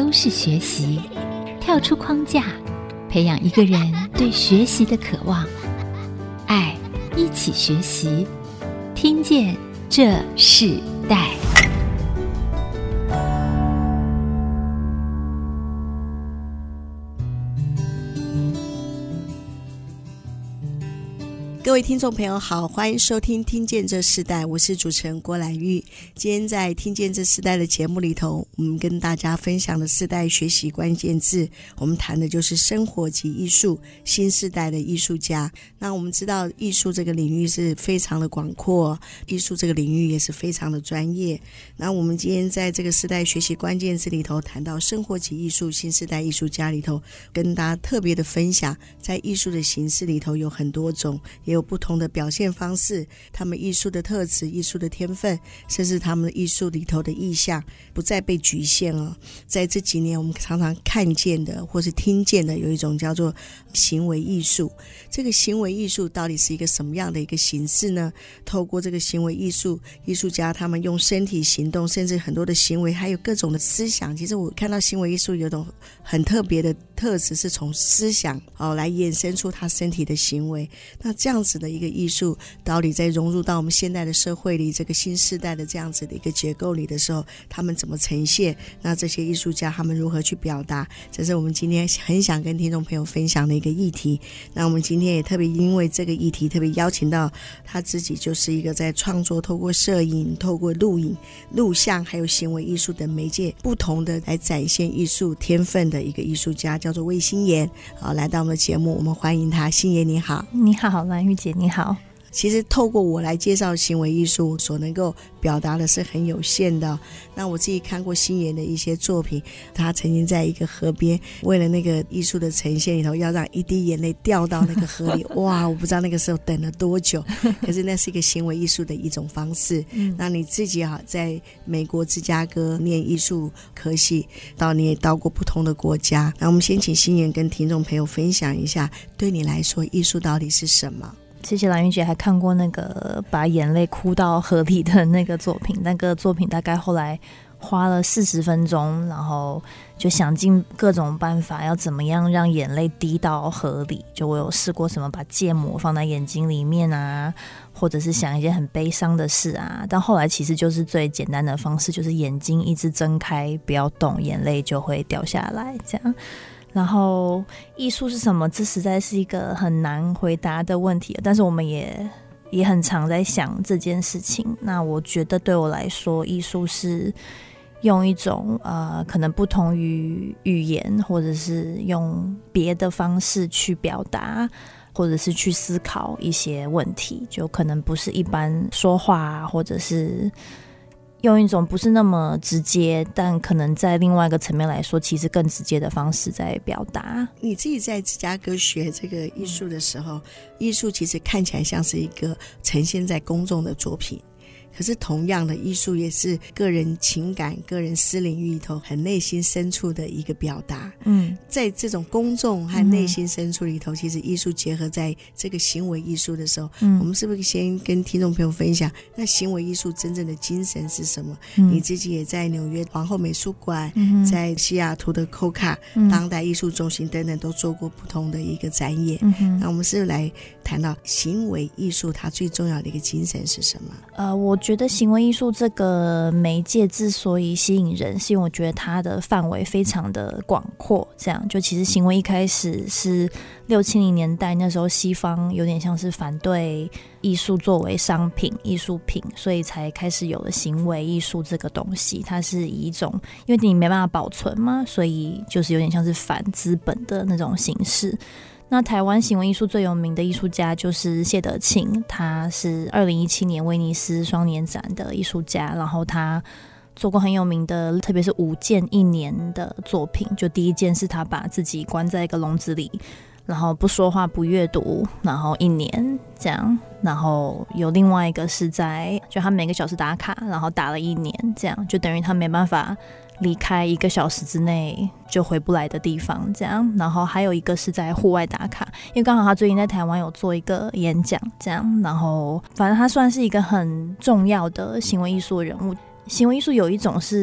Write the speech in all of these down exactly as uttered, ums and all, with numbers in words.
都是学习，跳出框架，培养一个人对学习的渴望。爱，一起学习，听见这世代。 各位听众朋友好，欢迎收听听见这世代，我是主持人郭兰玉。今天在听见这世代的节目里头，我们跟大家分享的世代学习关键字，我们谈的就是生活及艺术，新世代的艺术家。那我们知道艺术这个领域是非常的广阔，艺术这个领域也是非常的专业。那我们今天在这个世代学习关键字里头谈到生活及艺术，新世代艺术家里头，跟大家特别的分享，在艺术的形式里头有很多种，也有不同的表现方式，他们艺术的特质、艺术的天分，甚至他们的艺术里头的意象不再被局限了。在这几年我们常常看见的或是听见的有一种叫做行为艺术。这个行为艺术到底是一个什么样的一个形式呢？透过这个行为艺术，艺术家他们用身体行动，甚至很多的行为还有各种的思想。其实我看到行为艺术有一种很特别的特质，是从思想、哦、来衍生出他身体的行为。那这样子的一个艺术到底在融入到我们现代的社会里，这个新世代的这样子的一个结构里的时候，他们怎么呈现？那这些艺术家他们如何去表达？这是我们今天很想跟听众朋友分享的一个议题。那我们今天也特别因为这个议题特别邀请到他自己就是一个在创作透过摄影、透过录影、录像还有行为艺术等媒介不同的来展现艺术天分的一个艺术家，叫做魏欣妍。好，来到我们的节目，我们欢迎他。欣妍你好。 你好，兰玉姐你好。 其实透过我来介绍行为艺术所能够表达的是很有限的。那我自己看过欣妍的一些作品，他曾经在一个河边，为了那个艺术的呈现里头，要让一滴眼泪掉到那个河里哇，我不知道那个时候等了多久，可是那是一个行为艺术的一种方式。嗯、那你自己啊，在美国芝加哥念艺术科系，到你也到过不同的国家。那我们先请欣妍跟听众朋友分享一下，对你来说艺术到底是什么？ 谢谢兰玉姐，还看过那个把眼泪哭到河里的那个作品，那个作品大概后来花了四十分钟，然后就想尽各种办法要怎么样让眼泪滴到河里。就我有试过什么把芥末放在眼睛里面啊，或者是想一些很悲伤的事啊，但后来其实就是最简单的方式，就是眼睛一直睁开不要动，眼泪就会掉下来这样。然后艺术是什么？这实在是一个很难回答的问题，但是我们也也很常在想这件事情。那我觉得对我来说，艺术是用一种呃，可能不同于语言，或者是用别的方式去表达，或者是去思考一些问题，就可能不是一般说话，或者是用一种不是那么直接，但可能在另外一个层面来说其实更直接的方式在表达。 你自己在芝加哥学这个艺术的时候，艺术其实看起来像是一个呈现在公众的作品，可是同样的艺术也是个人情感、个人私领域里头很内心深处的一个表达。嗯，在这种公众和内心深处里头、嗯、其实艺术结合在这个行为艺术的时候、嗯、我们是不是先跟听众朋友分享那行为艺术真正的精神是什么、嗯、你自己也在纽约皇后美术馆、嗯、在西雅图的 C O C A、嗯、当代艺术中心等等都做过不同的一个展演、嗯、那我们是不是来谈到行为艺术它最重要的一个精神是什么？ 呃，我觉得行为艺术这个媒介之所以吸引人，是因为我觉得它的范围非常的广阔。这样就其实行为一开始是六七零年代，那时候西方有点像是反对艺术作为商品、艺术品，所以才开始有了行为艺术这个东西。它是以一种因为你没办法保存嘛，所以就是有点像是反资本的那种形式。那台湾行为艺术最有名的艺术家就是谢德庆，他是二零一七年威尼斯双年展的艺术家，然后他做过很有名的特别是五件一年的作品。就第一件是他把自己关在一个笼子里，然后不说话不阅读，然后一年这样。然后有另外一个是在就他每个小时打卡，然后打了一年这样，就等于他没办法离开一个小时之内就回不来的地方这样。然后还有一个是在户外打卡，因为刚好他最近在台湾有做一个演讲这样。然后反正他算是一个很重要的行为艺术人物。行为艺术有一种是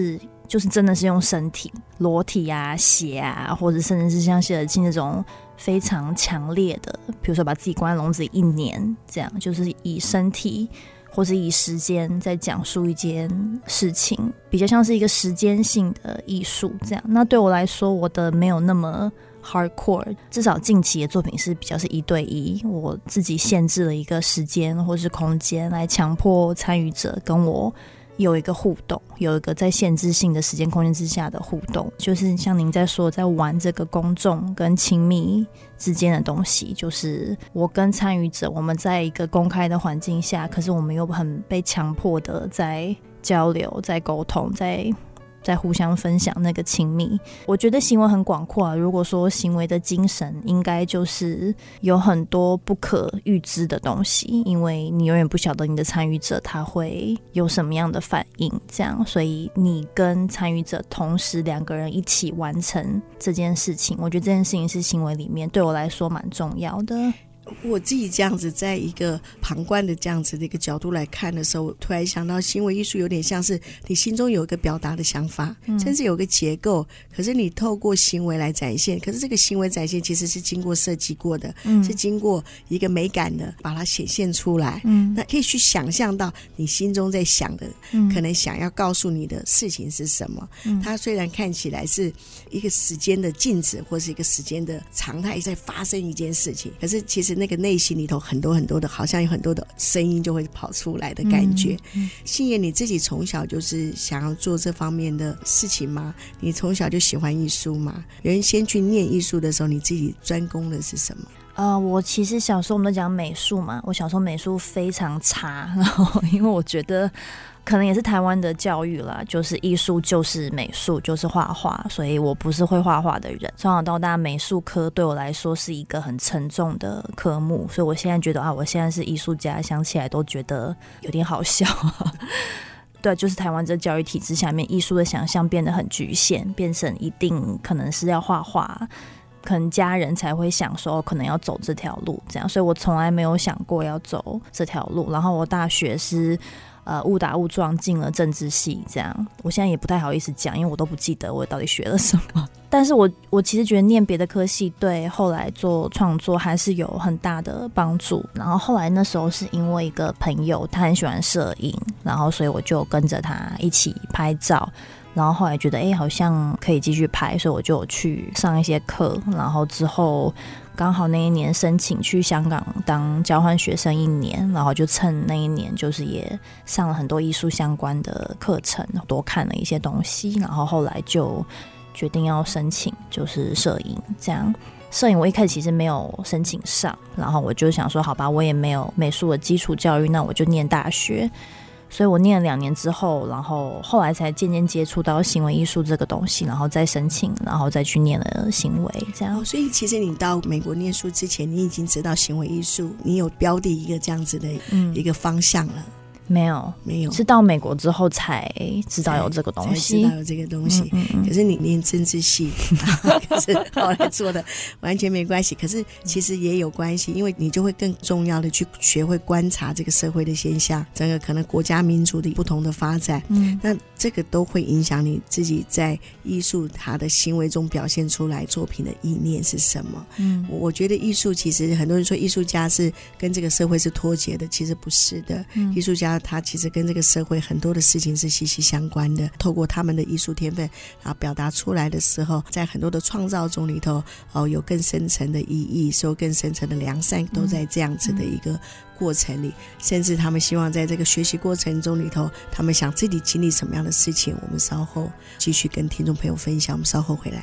就是真的是用身体裸体啊血啊，或者甚至是像谢尔钦那种非常强烈的，比如说把自己关在笼子里一年，这样就是以身体或是以时间在讲述一件事情，比较像是一个时间性的艺术这样。那对我来说，我的没有那么 hardcore， 至少近期的作品是比较是一对一，我自己限制了一个时间或是空间来强迫参与者跟我有一个互动，有一个在限制性的时间空间之下的互动，就是像您在说在玩这个公众跟亲密之间的东西，就是我跟参与者我们在一个公开的环境下，可是我们又很被强迫的在交流在沟通在在互相分享那个亲密。我觉得行为很广阔啊，如果说行为的精神应该就是有很多不可预知的东西，因为你永远不晓得你的参与者他会有什么样的反应，这样，所以你跟参与者同时两个人一起完成这件事情，我觉得这件事情是行为里面对我来说蛮重要的。 我自己这样子在一个旁观的这样子的一个角度来看的时候，我突然想到行为艺术有点像是你心中有一个表达的想法、嗯、甚至有一个结构，可是你透过行为来展现，可是这个行为展现其实是经过设计过的、嗯、是经过一个美感的把它显现出来、嗯、那可以去想象到你心中在想的、嗯、可能想要告诉你的事情是什么、嗯、它虽然看起来是一个时间的静止或是一个时间的常态在发生一件事情，可是其实那个内心里头很多很多的好像有很多的声音就会跑出来的感觉、嗯嗯、信妍你自己从小就是想要做这方面的事情吗？你从小就喜欢艺术吗？原先去念艺术的时候你自己专攻的是什么？ 呃，我其实小时候我们都讲美术嘛，我小时候美术非常差，然后因为我觉得可能也是台湾的教育啦，就是艺术就是美术就是画画，所以我不是会画画的人。从小到大美术科对我来说是一个很沉重的科目，所以我现在觉得啊，我现在是艺术家，想起来都觉得有点好笑对，就是台湾这教育体制下面，艺术的想象变得很局限，变成一定可能是要画画，可能家人才会想说可能要走这条路这样，所以我从来没有想过要走这条路。然后我大学是呃误打误撞进了政治系这样，我现在也不太好意思讲，因为我都不记得我到底学了什么。但是我我其实觉得念别的科系对后来做创作还是有很大的帮助。然后后来那时候是因为一个朋友他很喜欢摄影，然后所以我就跟着他一起拍照，然后后来觉得哎、欸，好像可以继续拍，所以我就有去上一些课，然后之后刚好那一年申请去香港当交换学生一年，然后就趁那一年就是也上了很多艺术相关的课程，多看了一些东西，然后后来就决定要申请就是摄影这样。摄影我一开始其实没有申请上，然后我就想说好吧，我也没有美术的基础教育，那我就念大学。所以我念了两年之后，然后后来才渐渐接触到行为艺术这个东西，然后再申请，然后再去念了行为这样、 哦、所以其实你到美国念书之前你已经知道行为艺术，你有标的一个这样子的一个方向了、嗯没有没有， 是到美国之后才知道有这个东西， 才知道有这个东西、嗯嗯嗯、可是你念政治系可是后来做的完全没关系，可是其实也有关系，因为你就会更重要的去学会观察这个社会的现象，整个可能国家民族的不同的发展、嗯、那这个都会影响你自己在艺术它的行为中表现出来作品的意念是什么、嗯、我觉得艺术其实很多人说艺术家是跟这个社会是脱节的，其实不是的、嗯、艺术家他其实跟这个社会很多的事情是息息相关的，透过他们的艺术天分然后表达出来的时候，在很多的创造中里头、哦、有更深层的意义，有更深层的良善都在这样子的一个过程里、嗯、甚至他们希望在这个学习过程中里头他们想自己经历什么样的事情，我们稍后继续跟听众朋友分享，我们稍后回来。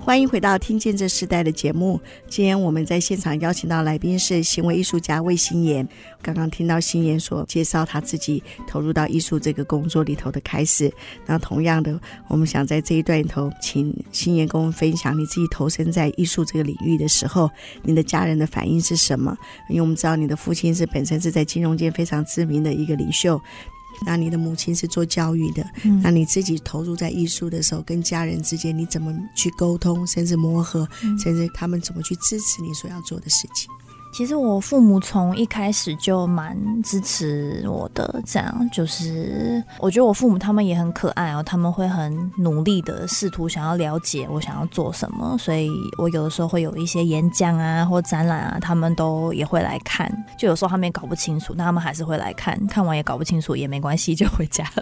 欢迎回到听见这世代的节目。今天我们在现场邀请到来宾是行为艺术家魏心妍。刚刚听到心妍所介绍他自己投入到艺术这个工作里头的开始，那同样的我们想在这一段里头请心妍跟我们分享你自己投身在艺术这个领域的时候，你的家人的反应是什么？因为我们知道你的父亲是本身是在金融界非常知名的一个领袖，那你的母亲是做教育的、嗯、那你自己投入在艺术的时候，跟家人之间你怎么去沟通，甚至磨合、嗯、甚至他们怎么去支持你所要做的事情？ 其实我父母从一开始就蛮支持我的，这样就是我觉得我父母他们也很可爱哦，他们会很努力的试图想要了解我想要做什么，所以我有的时候会有一些演讲啊或展览啊，他们都也会来看，就有时候他们也搞不清楚，那他们还是会来看，看完也搞不清楚也没关系，就回家了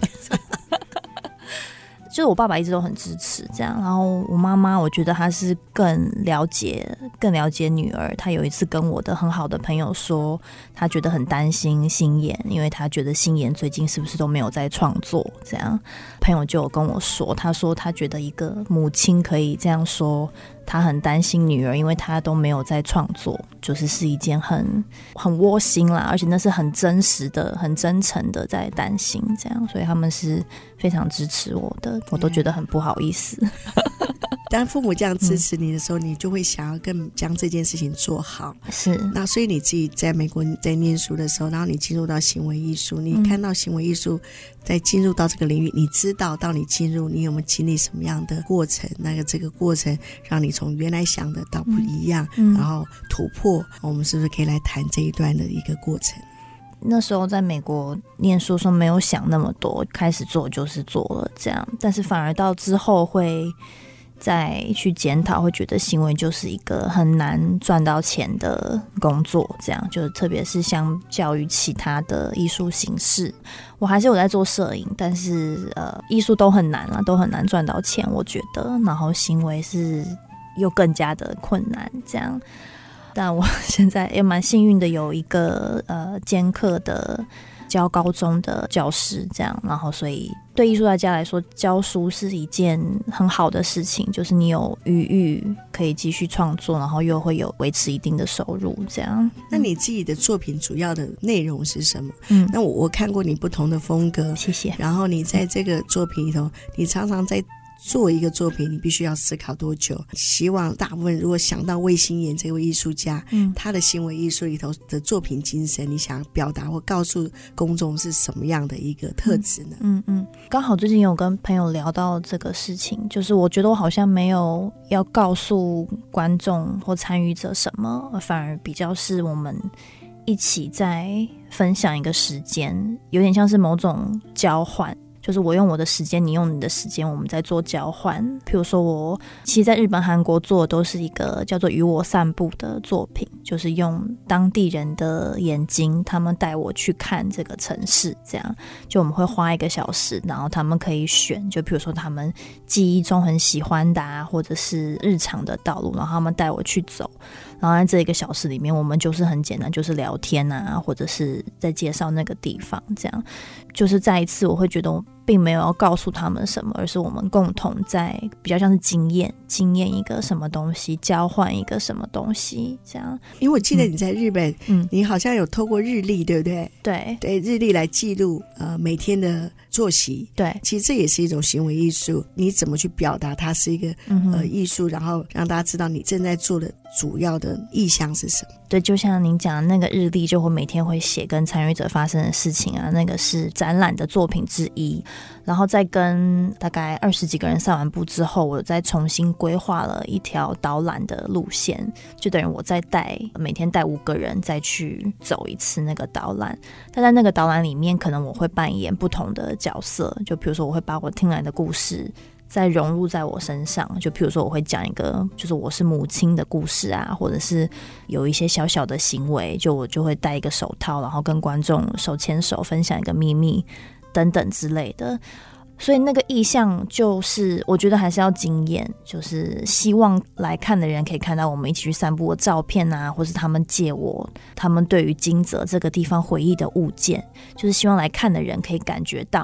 就是我爸爸一直都很支持这样，然后我妈妈我觉得她是更了解更了解女儿，她有一次跟我的很好的朋友说，她觉得很担心心妍，因为她觉得心妍最近是不是都没有在创作这样，朋友就有跟我说，她说她觉得一个母亲可以这样说，她很担心女儿，因为她都没有在创作，就是是一件很很窝心啦，而且那是很真实的很真诚的在担心这样，所以他们是非常支持我的，我都觉得很不好意思当父母这样支持你的时候、嗯、你就会想要更将这件事情做好， 是那所以你自己在美国在念书的时候，然后你进入到行为艺术，你看到行为艺术在进入到这个领域，你知道到你进入你有没有经历什么样的过程，那个这个过程让你从原来想的到不一样、嗯、然后突破，我们是不是可以来谈这一段的一个过程？ 那时候在美国念书的时候没有想那么多，开始做就是做了这样，但是反而到之后会再去检讨，会觉得行为就是一个很难赚到钱的工作，这样就是特别是相较于其他的艺术形式，我还是有在做摄影，但是呃，艺术都很难啊，都很难赚到钱我觉得，然后行为是又更加的困难这样。但我现在也蛮幸运的，有一个呃兼课的教高中的教师这样，然后所以对艺术家来说教书是一件很好的事情，就是你有余裕可以继续创作，然后又会有维持一定的收入这样。 那你自己的作品主要的内容是什么？嗯，那我我看过你不同的风格， 谢谢。 然后你在这个作品里头，你常常在做一个作品你必须要思考多久，希望大部分如果想到魏心妍这位艺术家、嗯、他的行为艺术里头的作品精神，你想表达或告诉公众是什么样的一个特质呢？ 嗯嗯，刚好最近有跟朋友聊到这个事情，就是我觉得我好像没有要告诉观众或参与者什么，反而比较是我们一起在分享一个时间，有点像是某种交换，就是我用我的时间，你用你的时间，我们在做交换。譬如说我其实在日本韩国做的都是一个叫做与我散步的作品，就是用当地人的眼睛，他们带我去看这个城市，这样就我们会花一个小时，然后他们可以选，就譬如说他们记忆中很喜欢的啊，或者是日常的道路，然后他们带我去走，然后在这一个小时里面我们就是很简单，就是聊天啊，或者是在介绍那个地方，这样就是再一次我会觉得我并没有要告诉他们什么，而是我们共同在比较像是经验经验一个什么东西，交换一个什么东西这样。 因为我记得你在日本、嗯、你好像有透过日历对不对？ 对对，日历来记录呃每天的作息。 对， 其实这也是一种行为艺术，你怎么去表达它是一个、嗯、呃艺术，然后让大家知道你正在做的主要的意向是什么。 对，就像您讲的那个日历，就会每天会写跟参与者发生的事情啊，那个是展览的作品之一。然后再跟大概二十几个人散完步之后，我再重新规划了一条导览的路线，就等于我再带每天带五个人再去走一次那个导览。但在那个导览里面，可能我会扮演不同的角色，就比如说我会把我听来的故事再融入在我身上，就譬如说我会讲一个就是我是母亲的故事啊，或者是有一些小小的行为，就我就会戴一个手套，然后跟观众手牵手分享一个秘密等等之类的。所以那个意象就是我觉得还是要经验，就是希望来看的人可以看到我们一起去散步的照片啊，或是他们借我他们对于金泽这个地方回忆的物件，就是希望来看的人可以感觉到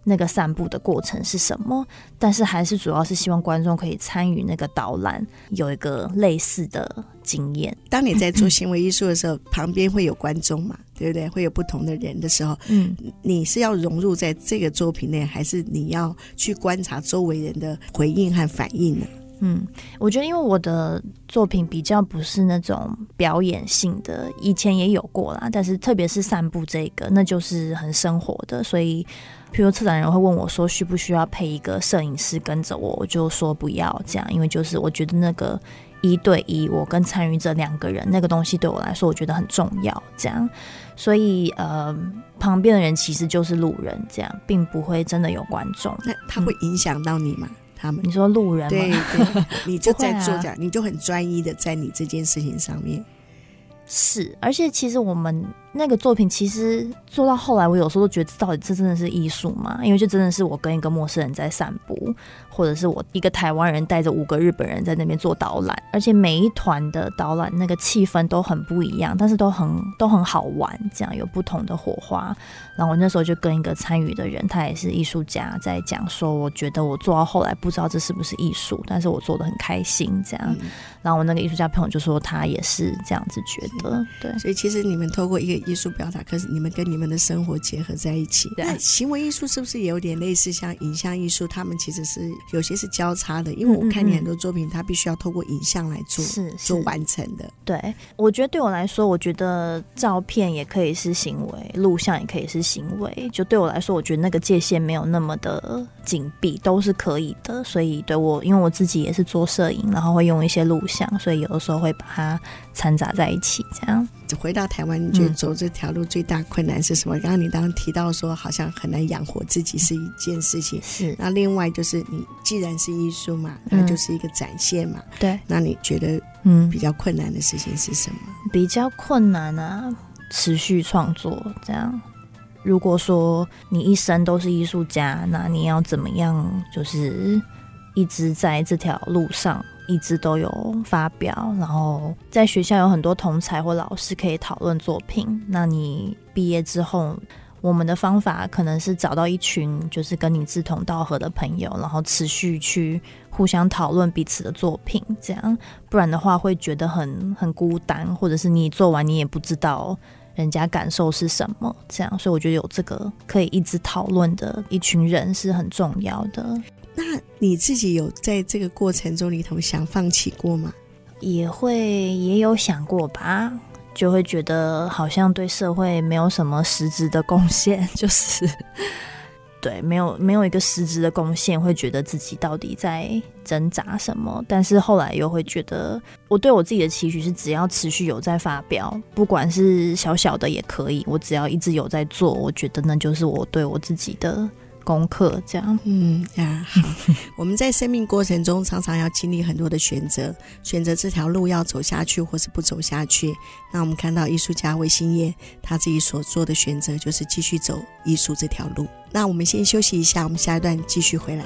那个散步的过程是什么，但是还是主要是希望观众可以参与那个导览，有一个类似的经验。 当你在做行为艺术的时候，旁边会有观众嘛，对不对？会有不同的人的时候，嗯，你是要融入在这个作品内，还是你要去观察周围人的回应和反应呢？ 嗯，我觉得因为我的作品比较不是那种表演性的，以前也有过啦，但是特别是散步这个，那就是很生活的，所以譬如策展人会问我说需不需要配一个摄影师跟着我，我就说不要这样，因为就是我觉得那个一对一，我跟参与者两个人那个东西对我来说我觉得很重要这样，所以呃，旁边的人其实就是路人这样，并不会真的有观众。 那他会影响到你吗？嗯，他们你说路人吗？ 对对，你就在做这样， 啊、 你就很专一的在你这件事情上面。 是，而且其实我们那个作品其实做到后来，我有时候都觉得到底这真的是艺术吗？因为就真的是我跟一个陌生人在散步，或者是我一个台湾人带着五个日本人在那边做导览，而且每一团的导览那个气氛都很不一样，但是都很都很好玩，这样有不同的火花。然后我那时候就跟一个参与的人，他也是艺术家，在讲说，我觉得我做到后来不知道这是不是艺术，但是我做得很开心这样。嗯、然后我那个艺术家朋友就说他也是这样子觉得，对。 所以其实你们透过一个艺术表达，可是你们跟你们的生活结合在一起。那行为艺术是不是也有点类似像影像艺术？他们其实是有些是交叉的，因为我看你很多作品，它必须要透过影像来做，是做完成的。 对，我觉得对我来说，我觉得照片也可以是行为，录像也可以是行为。就对我来说，我觉得那个界限没有那么的紧闭，都是可以的。所以对我，因为我自己也是做摄影，然后会用一些录像，所以有的时候会把它掺杂在一起，这样。 回到台湾，你觉得走这条路最大困难是什么？嗯、刚刚你当时提到说，好像很难养活自己是一件事情。 是。 那另外就是，你既然是艺术嘛，它就是一个展现嘛。 嗯、对。 那你觉得，嗯，比较困难的事情是什么？ 比较困难啊，持续创作这样。如果说你一生都是艺术家，那你要怎么样？就是一直在这条路上。一直都有发表，然后在学校有很多同才或老师可以讨论作品。那你毕业之后，我们的方法可能是找到一群就是跟你志同道合的朋友，然后持续去互相讨论彼此的作品，这样不然的话会觉得很很孤单，或者是你做完你也不知道人家感受是什么，这样。所以我觉得有这个可以一直讨论的一群人是很重要的。 那你自己有在这个过程中里头想放弃过吗？ 也会也有想过吧，就会觉得好像对社会没有什么实质的贡献，就是对没有没有一个实质的贡献，会觉得自己到底在挣扎什么。但是后来又会觉得，我对我自己的期许是，只要持续有在发表，不管是小小的也可以，我只要一直有在做，我觉得那就是我对我自己的功课，这样。 嗯呀，好。我们在生命过程中常常要经历很多的选择，选择这条路要走下去或是不走下去。那我们看到艺术家魏新业他自己所做的选择就是继续走艺术这条路。那我们先休息一下，我们下一段继续回来。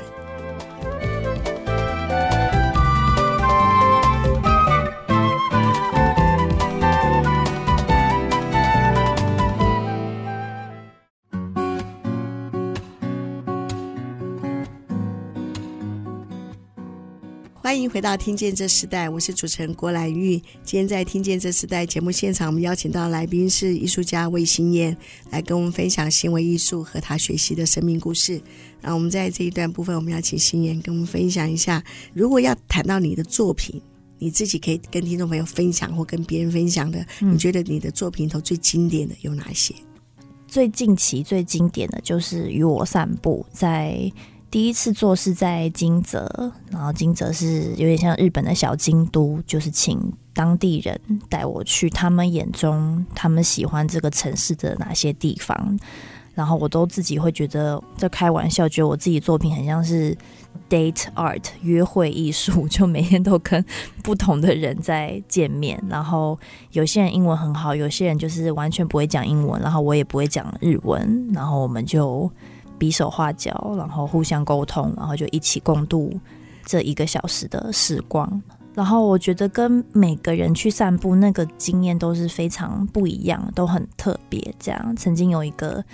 欢迎回到听见这时代，我是主持人郭兰玉。今天在听见这时代节目现场，我们邀请到的来宾是艺术家魏新业，来跟我们分享行为艺术和他学习的生命故事。那我们在这一段部分，我们要请新业跟我们分享一下，如果要谈到你的作品，你自己可以跟听众朋友分享或跟别人分享的、嗯、你觉得你的作品头最经典的有哪些？ 最近期最经典的就是与我散步，在第一次做是在金泽，然后金泽是有点像日本的小京都，就是请当地人带我去他们眼中他们喜欢这个城市的哪些地方，然后我都自己会觉得在开玩笑，觉得我自己作品很像是 date art 约会艺术，就每天都跟不同的人在见面，然后有些人英文很好，有些人就是完全不会讲英文，然后我也不会讲日文，然后我们就比手画脚，然后互相沟通，然后就一起共度这一个小时的时光。然后我觉得跟每个人去散步那个经验都是非常不一样，都很特别。这样曾经有一个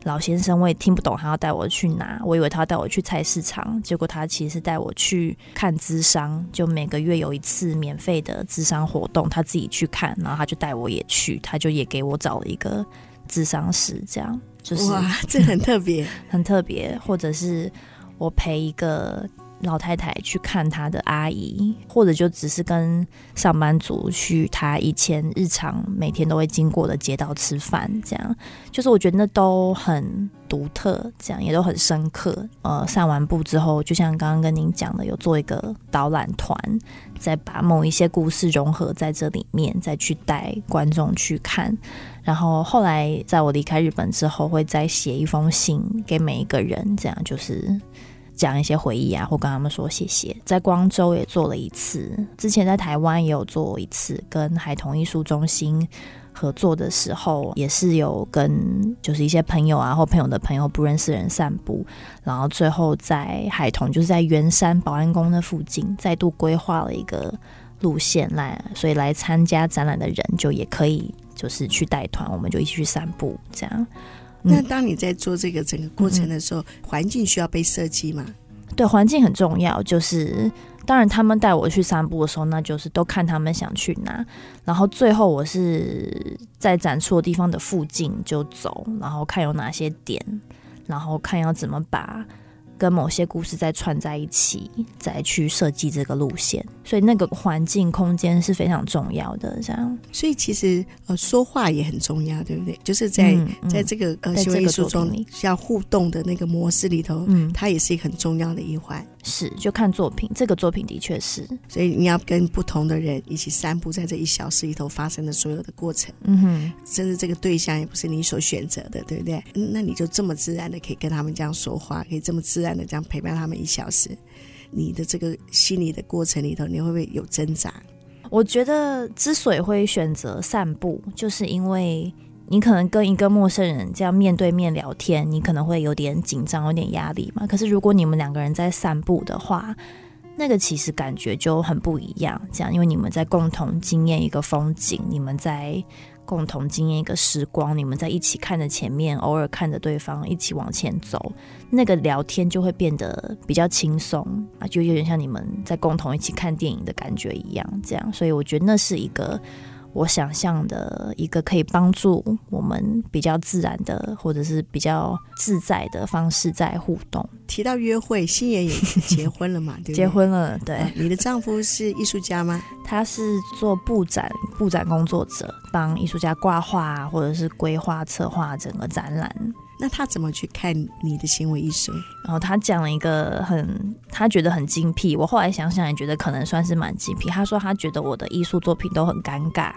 老先生我也听不懂他要带我去哪，我以为他要带我去菜市场，结果他其实是带我去看諮商，就每个月有一次免费的諮商活动，他自己去看，然后他就带我也去，他就也给我找了一个諮商师，这样就是哇，这很特别很特别。或者是我陪一个老太太去看她的阿姨，或者就只是跟上班族去她以前日常每天都会经过的街道吃饭，这样就是我觉得那都很独特，这样也都很深刻。呃，上完步之后，就像刚刚跟您讲的，有做一个导览团，再把某一些故事融合在这里面，再去带观众去看。然后后来在我离开日本之后，会再写一封信给每一个人，这样就是讲一些回忆啊，或跟他们说谢谢。在光州也做了一次，之前在台湾也有做一次，跟孩童艺术中心合作的时候，也是有跟就是一些朋友啊或朋友的朋友不认识的人散步，然后最后在孩童就是在圆山保安宫那附近再度规划了一个路线来，所以来参加展览的人就也可以就是去带团，我们就一起去散步这样。 那当你在做这个整个过程的时候，环境需要被设计吗？ 对，环境很重要，就是当然他们带我去散步的时候，那就是都看他们想去哪，然后最后我是在展出的地方的附近就走，然后看有哪些点，然后看要怎么把跟某些故事再串在一起，再去设计这个路线，所以那个环境空间是非常重要的。这样， 所以其实呃说话也很重要，对不对？就是在、嗯嗯、在这个呃行为艺术中要互动的那个模式里头，嗯，它也是一个很重要的一环。 是，就看作品，这个作品的确是， 所以你要跟不同的人一起散步在这一小时里头发生的所有的过程， 嗯哼， 甚至这个对象也不是你所选择的，对不对？那你就这么自然的可以跟他们这样说话，可以这么自然的这样陪伴他们一小时，你的这个心理的过程里头，你会不会有挣扎？ 我觉得之所以会选择散步，就是因为你可能跟一个陌生人这样面对面聊天，你可能会有点紧张，有点压力嘛。可是如果你们两个人在散步的话，那个其实感觉就很不一样。这样，因为你们在共同经验一个风景，你们在共同经验一个时光，你们在一起看着前面，偶尔看着对方一起往前走，那个聊天就会变得比较轻松啊，就有点像你们在共同一起看电影的感觉一样。这样，所以我觉得那是一个我想象的一个可以帮助我们比较自然的或者是比较自在的方式在互动。 提到约会，欣妍也结婚了嘛？对不对？ 结婚了，对、 啊。你的丈夫是艺术家吗？ 他是做布展布展工作者，帮艺术家挂画或者是规划策划整个展览。 那他怎么去看你的行为艺术？ 然后他讲了一个很他觉得很精辟，我后来想想也觉得可能算是蛮精辟。他说他觉得我的艺术作品都很尴尬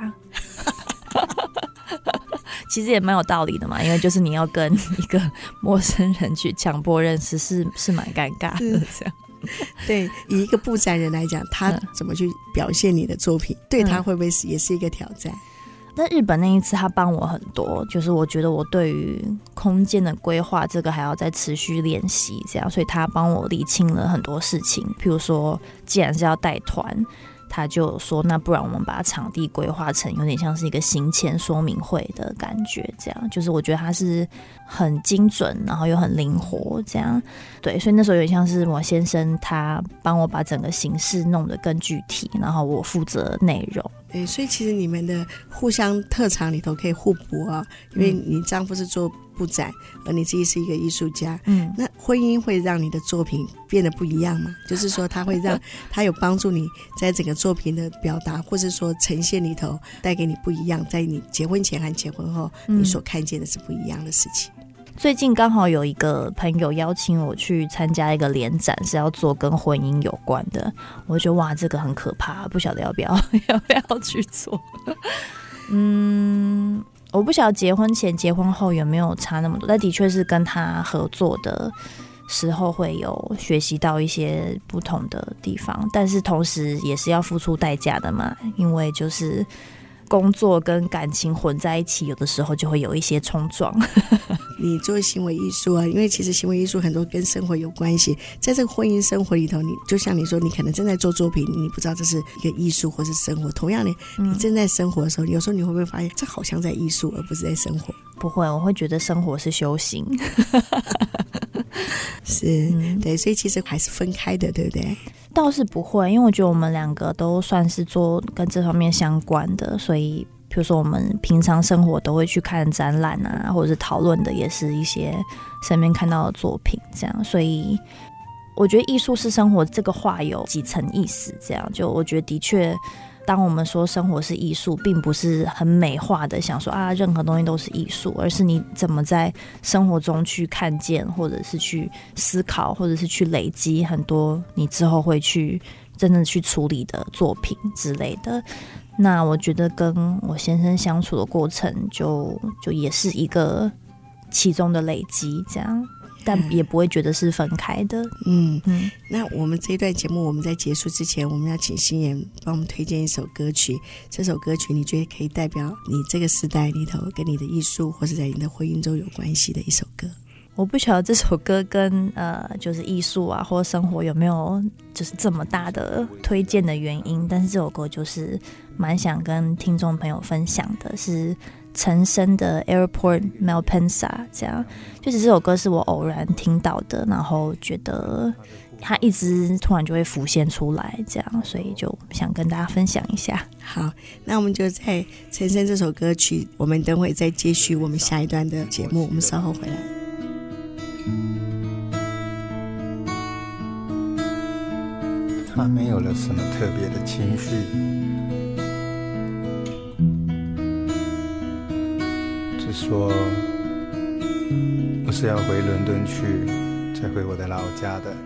其实也蛮有道理的嘛，因为就是你要跟一个陌生人去强迫认识是是蛮尴尬的这样。 对，以一个布展人来讲，他怎么去表现你的作品、嗯、对他会不会是也是一个挑战？ 但日本那一次他帮我很多，就是我觉得我对于空间的规划这个还要再持续练习这样，所以他帮我理清了很多事情。譬如说既然是要带团，他就说那不然我们把场地规划成有点像是一个行前说明会的感觉，这样就是我觉得他是很精准然后又很灵活这样。对，所以那时候有点像是我先生他帮我把整个形式弄得更具体，然后我负责内容。 对，所以其实你们的互相特长里头可以互补啊，因为你丈夫是做布展，而你自己是一个艺术家，嗯，那婚姻会让你的作品变得不一样吗？就是说它会让它有帮助你在整个作品的表达或是说呈现里头带给你不一样，在你结婚前和结婚后你所看见的是不一样的事情。 最近刚好有一个朋友邀请我去参加一个联展，是要做跟婚姻有关的，我就觉得哇这个很可怕，不晓得要不要要不要去做嗯，我不晓得结婚前结婚后有没有差那么多，但的确是跟他合作的时候会有学习到一些不同的地方，但是同时也是要付出代价的嘛，因为就是工作跟感情混在一起，有的时候就会有一些冲撞。 你做行为艺术啊，因为其实行为艺术很多跟生活有关系，在这个婚姻生活里头，你就像你说，你可能正在做作品，你不知道这是一个艺术或是生活。同样的，你正在生活的时候，有时候你会不会发现这好像在艺术而不是在生活？ 不会，我会觉得生活是修行。 是、嗯、对，所以其实还是分开的，对不对？ 倒是不会，因为我觉得我们两个都算是做跟这方面相关的，所以比如说我们平常生活都会去看展览啊，或者是讨论的也是一些身边看到的作品，这样。所以我觉得艺术是生活这个话有几层意思，这样。就我觉得的确，当我们说生活是艺术，并不是很美化的想说啊任何东西都是艺术，而是你怎么在生活中去看见，或者是去思考，或者是去累积很多你之后会去真正去处理的作品之类的。那我觉得跟我先生相处的过程就就也是一个其中的累积，这样。但也不会觉得是分开的。嗯嗯，那我们这一段节目我们在结束之前，我们要请心妍帮我们推荐一首歌曲。这首歌曲你觉得可以代表你这个时代里头跟你的艺术或是在你的婚姻中有关系的一首歌？ 我不晓得这首歌跟呃就是艺术啊或生活有没有就是这么大的推荐的原因，但是这首歌就是蛮想跟听众朋友分享的，是陈升的 Airport Malpensa， 这样。就是这首歌是我偶然听到的，然后觉得它一直突然就会浮现出来，这样，所以就想跟大家分享一下。 好，那我们就在陈升这首歌曲，我们等会再接续我们下一段的节目，我们稍后回来。 他没有了什么特别的情绪，只说我是要回伦敦去，再回我的老家的。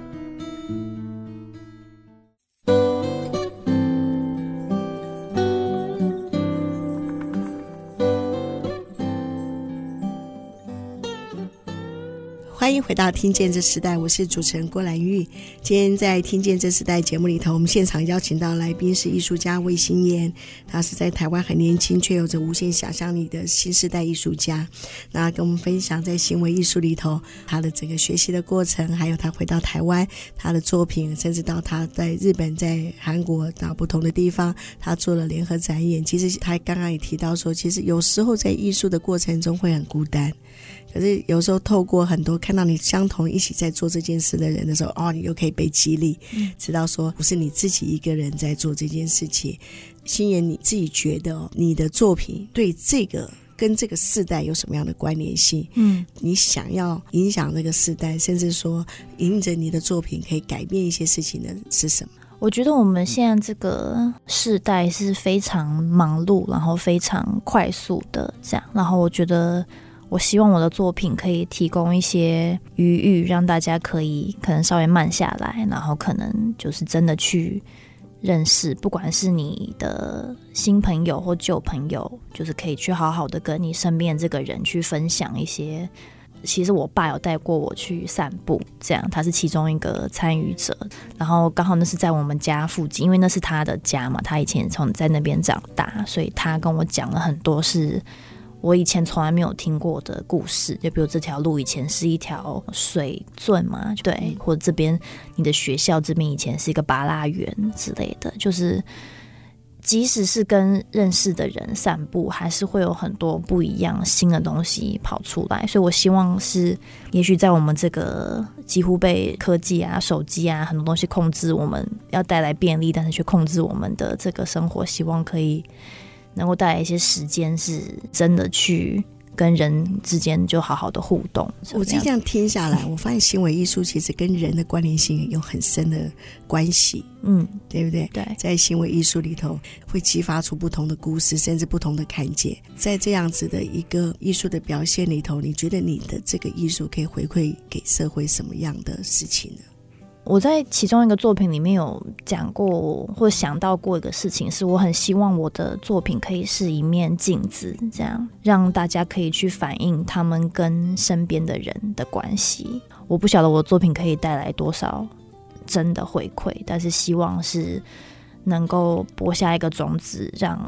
欢迎回到听见这时代，我是主持人郭兰玉。今天在听见这时代节目里头，我们现场邀请到来宾是艺术家魏心妍，他是在台湾很年轻却有着无限想象力的新时代艺术家。那跟我们分享在行为艺术里头他的整个学习的过程，还有他回到台湾他的作品，甚至到他在日本在韩国到不同的地方他做了联合展演。其实他刚刚也提到说，其实有时候在艺术的过程中会很孤单，可是有时候透过很多看到你相同一起在做这件事的人的时候，哦，你又可以被激励，知道说不是你自己一个人在做这件事情。心妍，你自己觉得、哦、你的作品对这个跟这个世代有什么样的关联性？嗯，你想要影响这个世代，甚至说迎着你的作品可以改变一些事情的是什么？ 我觉得我们现在这个世代是非常忙碌，然后非常快速的这样，然后我觉得我希望我的作品可以提供一些余裕，让大家可以可能稍微慢下来，然后可能就是真的去认识，不管是你的新朋友或旧朋友，就是可以去好好的跟你身边这个人去分享一些。其实我爸有带过我去散步，这样他是其中一个参与者，然后刚好那是在我们家附近，因为那是他的家嘛，他以前从在那边长大，所以他跟我讲了很多是我以前从来没有听过的故事，就比如这条路以前是一条水圳嘛，对，或者这边你的学校这边以前是一个芭乐园之类的，就是即使是跟认识的人散步，还是会有很多不一样新的东西跑出来。所以我希望是也许在我们这个几乎被科技啊手机啊很多东西控制，我们要带来便利但是却控制我们的这个生活，希望可以能够带来一些时间是真的去跟人之间就好好的互动。 我这样听下来，我发现行为艺术其实跟人的关联性有很深的关系，嗯，对不对？对，在行为艺术里头会激发出不同的故事，甚至不同的看见。在这样子的一个艺术的表现里头，你觉得你的这个艺术可以回馈给社会什么样的事情呢？ 我在其中一个作品里面有讲过或想到过一个事情，是我很希望我的作品可以是一面镜子，这样让大家可以去反映他们跟身边的人的关系。我不晓得我的作品可以带来多少真的回馈，但是希望是能够播下一个种子，让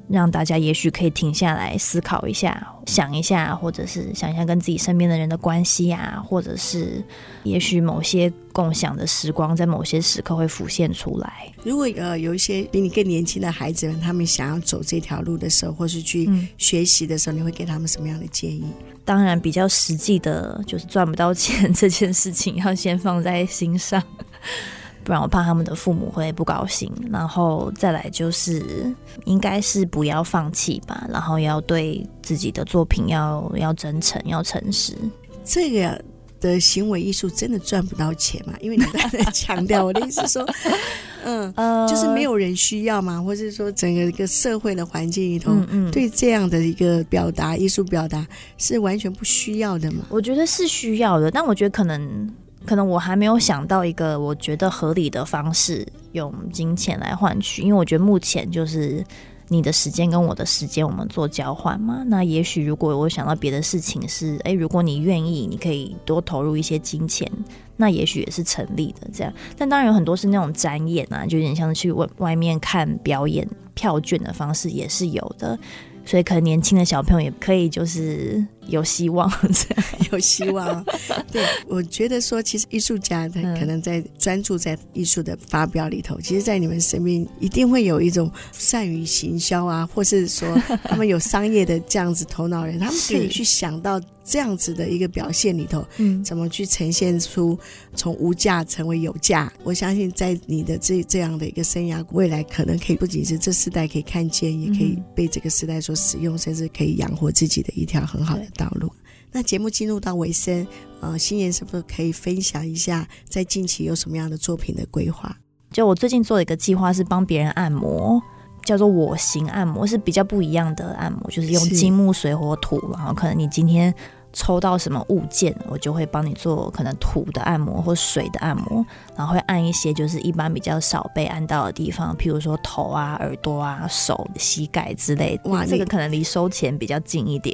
让大家也许可以停下来思考一下，想一下，或者是想一下跟自己身边的人的关系啊，或者是也许某些共享的时光在某些时刻会浮现出来。 如果呃有一些比你更年轻的孩子们，他们想要走这条路的时候，或是去学习的时候、嗯、你会给他们什么样的建议？ 当然比较实际的就是赚不到钱这件事情要先放在心上，不然我怕他们的父母会不高兴。然后再来就是应该是不要放弃吧，然后要对自己的作品要要真诚要诚实。 这个的行为艺术真的赚不到钱嘛？因为你刚才强调，我的意思是说嗯、呃，就是没有人需要嘛，或者说整个一个社会的环境里头、嗯嗯、对这样的一个表达艺术表达是完全不需要的嘛？ 我觉得是需要的，但我觉得可能可能我还没有想到一个我觉得合理的方式用金钱来换取，因为我觉得目前就是你的时间跟我的时间我们做交换嘛，那也许如果我想到别的事情是诶，如果你愿意你可以多投入一些金钱，那也许也是成立的这样。但当然有很多是那种展演啊，就有点像去外面看表演票券的方式也是有的，所以可能年轻的小朋友也可以就是有希望这样有希望对，我觉得说其实艺术家他可能在专注在艺术的发表里头、嗯、其实在你们身边一定会有一种善于行销啊，或是说他们有商业的这样子头脑人他们可以去想到这样子的一个表现里头、嗯、怎么去呈现出从无价成为有价。我相信在你的这这样的一个生涯未来可能可以不仅是这世代可以看见，也可以被这个时代所使用、嗯、甚至可以养活自己的一条很好的道路。那节目进入到尾声，呃，欣妍是不是可以分享一下在近期有什么样的作品的规划？ 就我最近做的一个计划是帮别人按摩，叫做我行按摩，是比较不一样的按摩，就是用金木水火土，然后可能你今天抽到什么物件，我就会帮你做可能土的按摩或水的按摩，然后会按一些就是一般比较少被按到的地方，譬如说头啊、耳朵啊、手、膝盖之类的。哇，这个可能离收钱比较近一点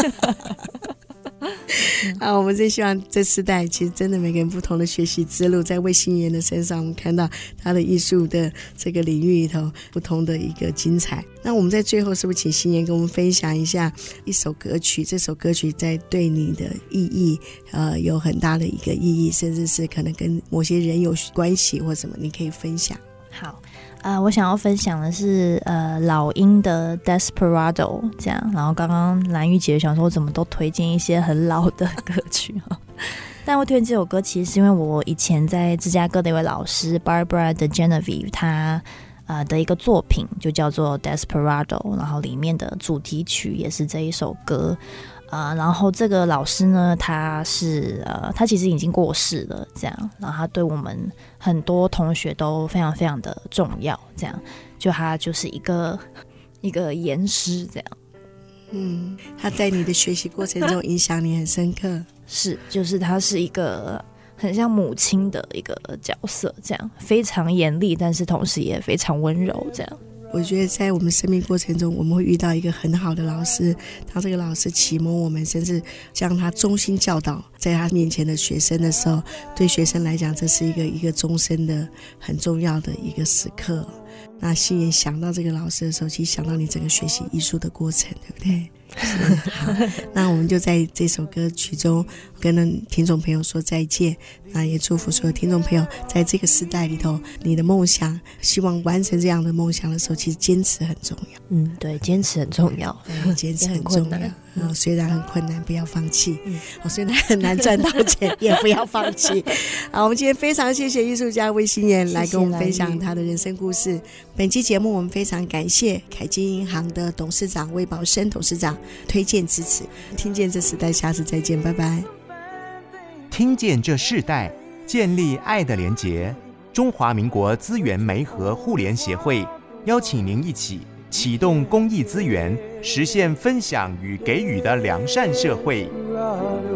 啊，我们真希望这世代其实真的每个人不同的学习之路，在魏欣妍的身上我们看到他的艺术的这个领域里头不同的一个精彩。那我们在最后是不是请欣妍跟我们分享一下一首歌曲，这首歌曲在对你的意义呃有很大的一个意义，甚至是可能跟某些人有关系或什么，你可以分享。 好，呃，我想要分享的是呃老鹰的 Desperado 这样，然后刚刚蓝玉姐想说我怎么都推荐一些很老的歌曲但我推荐这首歌其实是因为我以前在芝加哥的一位老师 Barbara DeGenevieve 她呃的一个作品就叫做 Desperado， 然后里面的主题曲也是这一首歌。呃，然后这个老师呢，他是呃，他其实已经过世了，这样，然后他对我们很多同学都非常非常的重要，这样，就他就是一个一个严师这样。 嗯，他在你的学习过程中影响你很深刻。 是，就是他是一个很像母亲的一个角色，这样，非常严厉，但是同时也非常温柔，这样。 我觉得在我们生命过程中我们会遇到一个很好的老师，他这个老师启蒙我们，甚至将他衷心教导在他面前的学生的时候，对学生来讲这是一个一个终身的很重要的一个时刻。那欣妍想到这个老师的时候，其实想到你整个学习艺术的过程，对不对？好，那我们就在这首歌曲中跟听众朋友说再见，那也祝福所有听众朋友在这个时代里头，你的梦想希望完成这样的梦想的时候，其实坚持很重要。 嗯，对，坚持很重要， 坚持很重要。嗯，虽然很困难不要放弃、嗯哦、虽然很难赚到钱也不要放弃好，我们今天非常谢谢艺术家魏欣妍来跟我们分享他的人生故事。本期节目我们非常感谢凯基银行的董事长魏宝生董事长推荐支持。听见这时代，下次再见，拜拜。 听见这世代，建立爱的连结。中华民国资源媒合互联协会邀请您一起启动公益资源，实现分享与给予的良善社会。